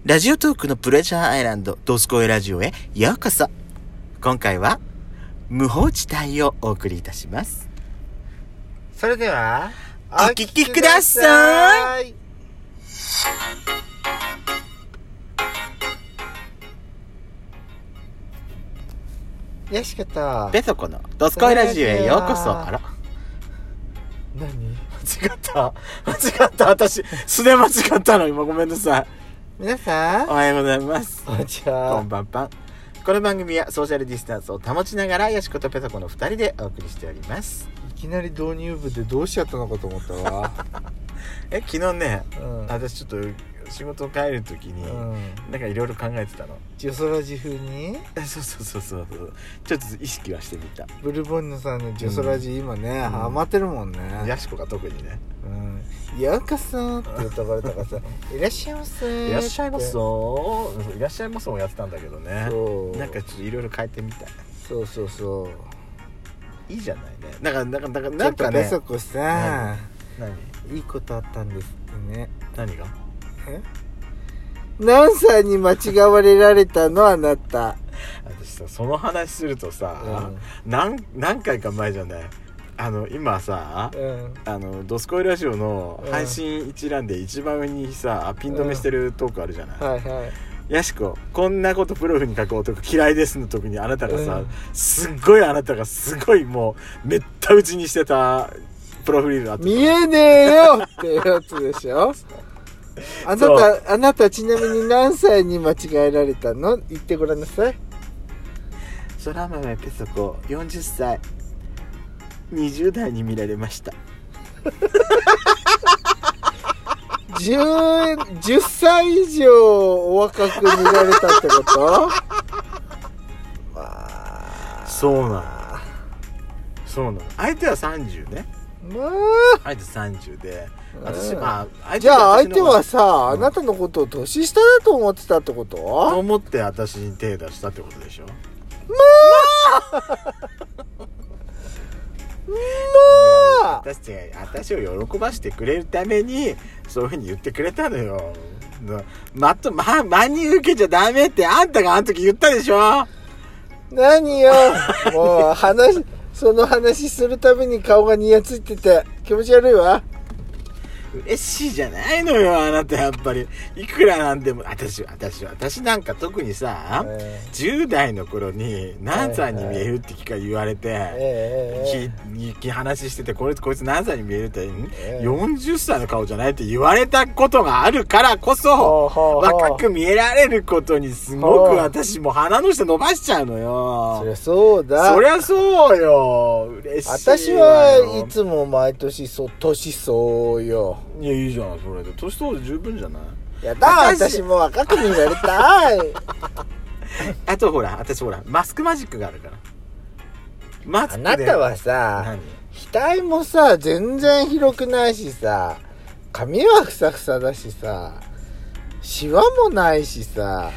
ラジオトークのプレジャーアイランドドスコイラジオへようこそ。今回は無法地帯をお送りいたします。 それではお聞きください。 よしことペソコのドスコイラジオへようこそ。あら、 何間違った私素で間違ったの今、ごめんなさい。 皆さんおはようございます。 こんにちは。 こんばんぱん。この番組はソーシャルディスタンスを保ちながらよしことペソコの2人でお送りしております。 いきなり導入部でどうしちゃったのかと思ったわ昨日ね、 私私ちょっと仕事帰る時に、なんかいろいろ考えてたの。 ジョソラジ風にそうちょっと意識はしてみた。 ブルボンヌさんのジョソラジ、今ね、ハマってるもんね。 ヤシコが特にね、 ようこそって言うところとかさいらっしゃいませいらっしゃいますいらっしゃいますもやってたんだけどね。なんかちょっといろいろ変えてみたい。 そういいじゃないね。なんかちょっとペね。 ソコさ、 何いいことあったんですってね。 何が？ 何歳に間違われられたのあなた。 私さ、その話するとさ、何回か前じゃない。今さ、ドスコイラジオの配信一覧で一番上にさ、ピン止めしてるトークあるじゃない。ヤシコ、こんなことプロフに書く男嫌いですの時にあなたがさ、あなたがすごいもうめった打ちにしてたプロフィールあった。 見えねえよってやつでしょあなたちなみに何歳に間違えられたの？言ってごらんなさい。 そら豆ペソコ40歳20代に見られました 10歳以上お若く見られたってことそうなの。相手は30ね。相手30で、私じゃあ相手はさ、あなたのことを年下だと思ってたってこと？ と思って私に手出したってことでしょ。私を喜ばしてくれるためにそういう風に言ってくれたのよ。真に受けちゃダメってあんたがあの時言ったでしょ。 何よもうその話するたびに顔がニヤついてて気持ち悪いわ。 嬉しいじゃないのよ、あなた。やっぱりいくらなんでも私なんか特にさ、10代の頃に何歳に見えるって言われて、話してて、こいつ何歳に見えるって、40歳の顔じゃないって言われたことがあるからこそ、若く見えられることにすごく私も鼻の下伸ばしちゃうのよ。 そりゃそうだ。 そりゃそうよ。嬉しい。 私はいつも毎年年相よ。 いや、いいじゃん、それで年相応で十分じゃない。 やだ、私も若く見られたいあと私マスクマジックがあるから。 あなたはさ、額もさ全然広くないしさ、髪はふさふさだしさ、シワもないしさ、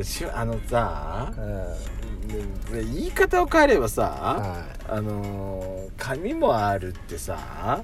言い方を変えればさ、髪もあるってさ、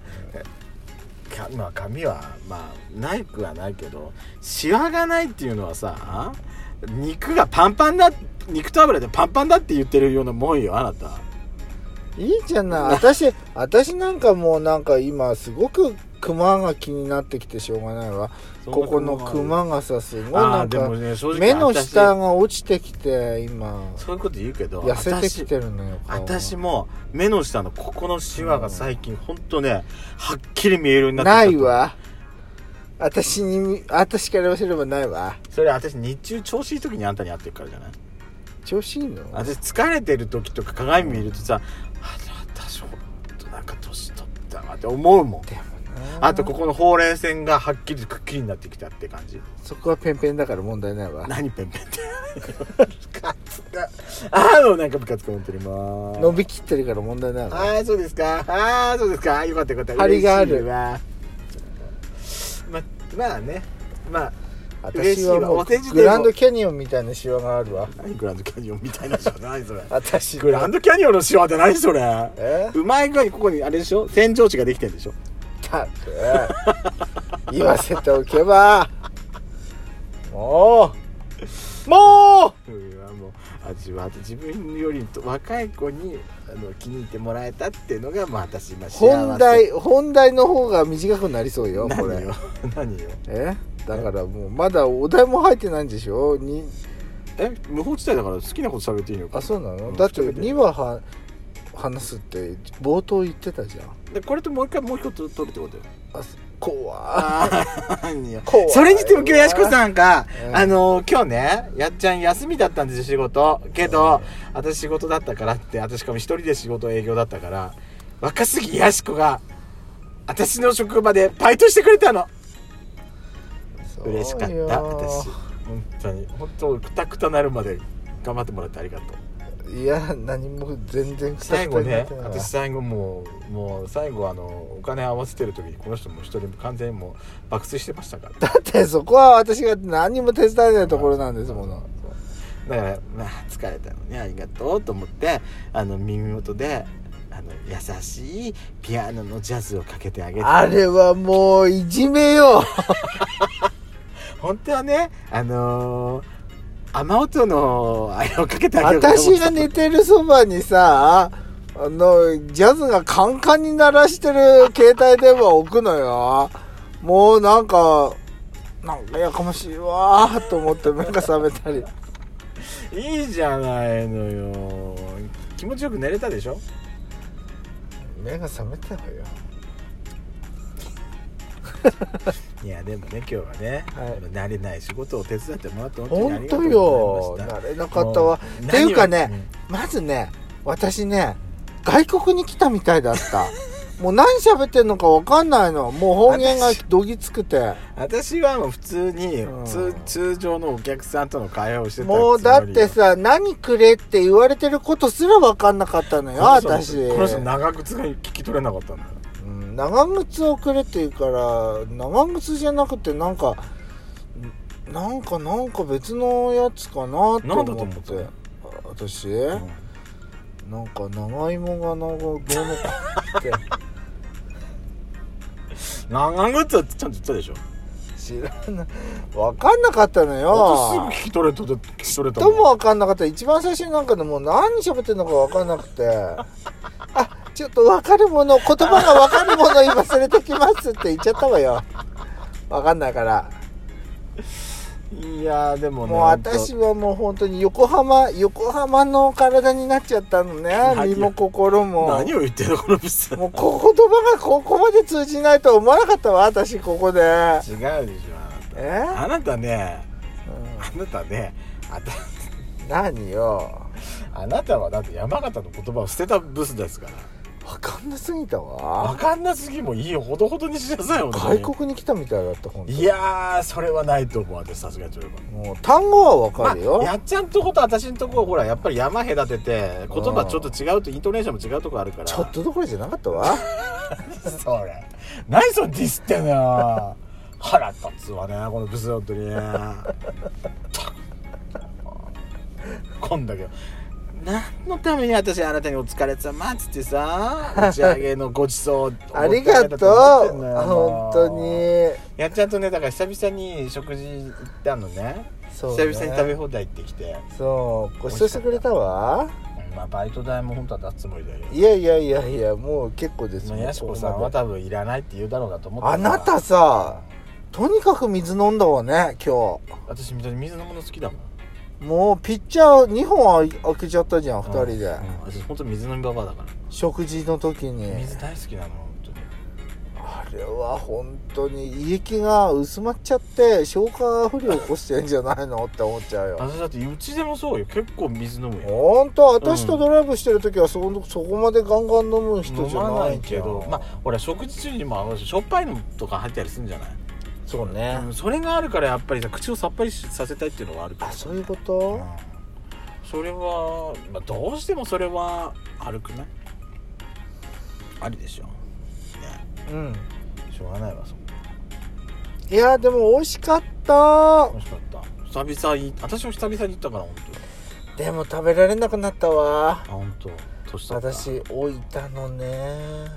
髪はないくはないけど、シワがないっていうのはさ、肉がパンパンだ、肉と油でパンパンだって言ってるようなもんよ、あなた。 いいじゃない。私なんかもうなんか今すごくクマが気になってきてしょうがないわ。ここのクマがさ、すごいなんか目の下が落ちてきて、今そういうこと言うけど痩せてきてるのよ。 私も目の下のここのシワが最近ほんとね、はっきり見えるようになってきた。 ないわ。私から言わせればないわ。 それ私日中調子いい時にあんたに会ってるからじゃない？ 調子いいの？ 私疲れてる時とか鏡見るとさ、私ほんとなんか年取ったなって思うもん。でもあとここのほうれい線がはっきりくっきりになってきたって感じ。 そこはペンペンだから問題ないわ。 何ペンペンってなんか部活本当にもう伸びきってるから問題ないわ。 そうですか。よかった。 張りがある。 まあね、 私はもうグランドキャニオンみたいなシワがあるわ。 グランドキャニオンみたいなシワ何それ私グランドキャニオンのシワって何それ。うまい具合にここにあれでしょ、扇状地ができてるんでしょ。 たく言わせておけばもうを味わって自分より若い子に気に入ってもらえたっていうのがまあ私今幸せ。 本題の方が短くなりそうよこれ。 何よだからもうまだお題も入ってないんでしょ。 無法地帯だから好きなこと喋っていいのか。 あ、そうなの。だって2話話すって冒頭言ってたじゃん。 でこれともう一個取るってことよ。 怖い。それにしても今日やしこさんが、今日ねやっちゃん休みだったんですよ仕事けど、私仕事だったからって私しかも一人で仕事営業だったから若杉やしこが私の職場でバイトしてくれたの。嬉しかった私。本当くたくたなるまで頑張ってもらってありがとう。 いや何も全然最後ね私最後もう最後お金合わせてる時にこの人も一人完全にもう爆睡してましたから。 だってそこは私が何も手伝えないところなんですもの。 だから疲れたのねありがとうと思って耳元で優しいピアノのジャズをかけてあげて。 あれはもういじめよ本当はね雨音のあれをかけてあげる。 私が寝てるそばにさジャズがカンカンに鳴らしてる携帯電話を置くのよ。もうなんかやかましいわーと思って目が覚めたり。 いいじゃないのよ。気持ちよく寝れたでしょ。 目が覚めたわよいやでもね今日はね、慣れない仕事を手伝ってもらって本当よ慣れなかったわ。っていうかね、まずね私ね外国に来たみたいだったもう何喋ってんのか分かんないの。もう方言がどぎつくて私はもう普通に、通常のお客さんとの会話をしてた。 もうだってさ何くれって言われてることすら分かんなかったのよ私。 この人長靴が聞き取れなかったんだよ。 長靴をくれって言うから長靴じゃなくてなんか別のやつかなと思って私、なんか長芋がどうのかって長靴ってちゃんと言ったでしょ。 知らない分かんなかったのよ。 すぐ聞き取れたもん。分かんなかった。一番最初になんかでもう何喋ってんのか分かんなくてちょっと分かるもの言葉が分かるもの今忘れてきますって言っちゃったわよ。分かんないから。 いやでもねもう私はもう本当に横浜の体になっちゃったのね。身も心も。 何を言ってんのこのブス。 もう言葉がここまで通じないと思わなかったわ私ここで。 違うでしょあなたね、 何よあなたはだって山形の言葉を捨てたブスですから。 分かんなすぎたわ。 分かんなすぎもいいよ。ほどほどにしなさいよ。 外国に来たみたいだった本当に。 いやそれはないと思う私さすがに。 もう単語は分かるよ、 やっちゃんとこと私のとこほらやっぱり山隔てて言葉ちょっと違うとイントネーションも違うとこあるから。 ちょっとどころじゃなかったわそれ何それディスってんのよ腹立つわねこのブス本当に今度だけど何のために私あなたにお疲れ様っつってさ打ち上げのごちそうありがとう本当に。 やっちゃんとねだから久々に食事行ったのね。久々に食べ放題行ってきてごちそうしてくれたわ。 バイト代も本当は出すつもりだよ。 いやもう結構ですやしこさんは多分いらないって言うだろうなと思って。 あなたさとにかく水飲んだわね今日。 私水飲むの好きだもん。 もうピッチャー2本開けちゃったじゃん2人で。 私本当水飲みババアだから。 食事の時に水大好きなの本当に。 あれは本当に胃液が薄まっちゃって消化不良起こしてんじゃないのって思っちゃうよ。 私だってうちでもそうよ結構水飲むよ。 本当私とドライブしてる時はそこまでガンガン飲む人じゃないけどほら食事中にもしょっぱいのとか入ったりするんじゃない。 そうね、 それがあるからやっぱりさ口をさっぱりさせたいっていうのがあるから。 そういうこと、 それは、どうしてもそれはあるくないありでしょね。しょうがないわそ。 いやでも美味しかった。 美味しかった久々に。私も久々に行ったから本当でも食べられなくなったわ。 本当年取った。 私置いたのね。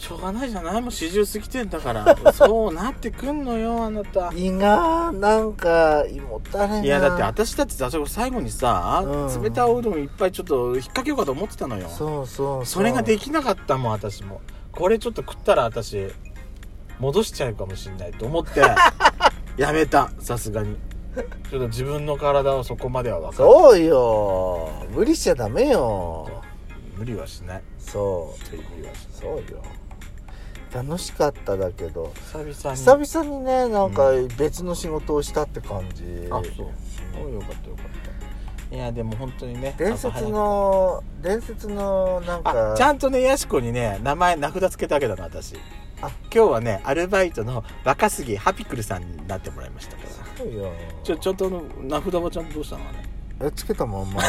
しょうがないじゃない、もう40過ぎてんだからそうなってくんのよあなた。 いいな、なんか胃もたれな。 いやだって私だってさ、最後にさ、冷たいおうどんいっぱいちょっと引っ掛けようかと思ってたのよ。 そうそれができなかったもん。私もこれちょっと食ったら私戻しちゃうかもしれないと思ってやめた。さすがにちょっと自分の体はそこまでは分かる。 そうよ、無理しちゃダメよ。 無理はしない。 そう無理はしない。 そうよ、楽しかっただけど久々にね、なんか別の仕事をしたって感じ、 あ、そうよかったよかった。いやでも本当にね、 伝説のなんかちゃんとね、やしこにね名札つけてあげたの私。今日はねアルバイトの若杉ハピクルさんになってもらいましたから。 そうよ、 ちゃんと名札はちゃんとどうしたのあれ。 つけたまんま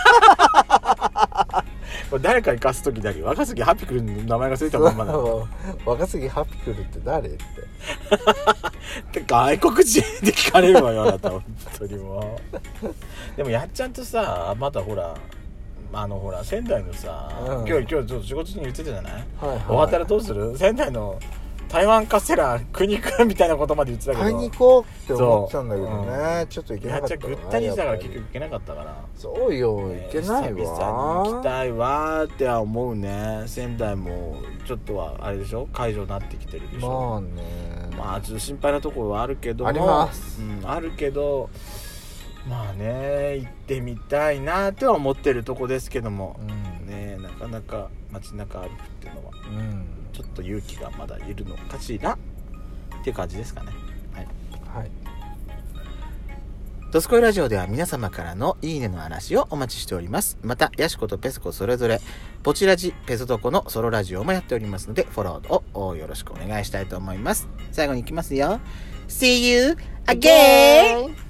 これ誰かに貸す時だけ若杉ハピクルの名前がついたまんまなの若杉ハピクルって誰って外国人で聞かれるわよあなた本当にもうでもやっちゃんとさ、まだほら仙台のさ、今日ちょっと仕事中に言ってたじゃない、終わったらどうする、仙台の台湾カステラ食いに行くみたいなことまで言ってたけど、 買いに行こうって思ってたんだけどね、ちょっと行けなかった。 やっちゃぐったりしたから結局行けなかったから。 そうよ、行けないわ。 久々に行きたいわっては思うね。仙台もちょっとはあれでしょ、解除になってきてるでしょ。 まあね、 まあちょっと心配なところはあるけども、 あります、 あるけど、まあね、行ってみたいなっては思ってるとこですけども、ね、なかなか街中歩くっていうのは、ちょっと勇気がまだいるのかしらっていう感じですかね。はい。ドスコイラジオでは皆様からのいいねの話をお待ちしております。また、ヤシコとペソコそれぞれポチラジ、ペソドコのソロラジオもやっておりますので、フォローをよろしくお願いしたいと思います。最後に行きますよ。See you again!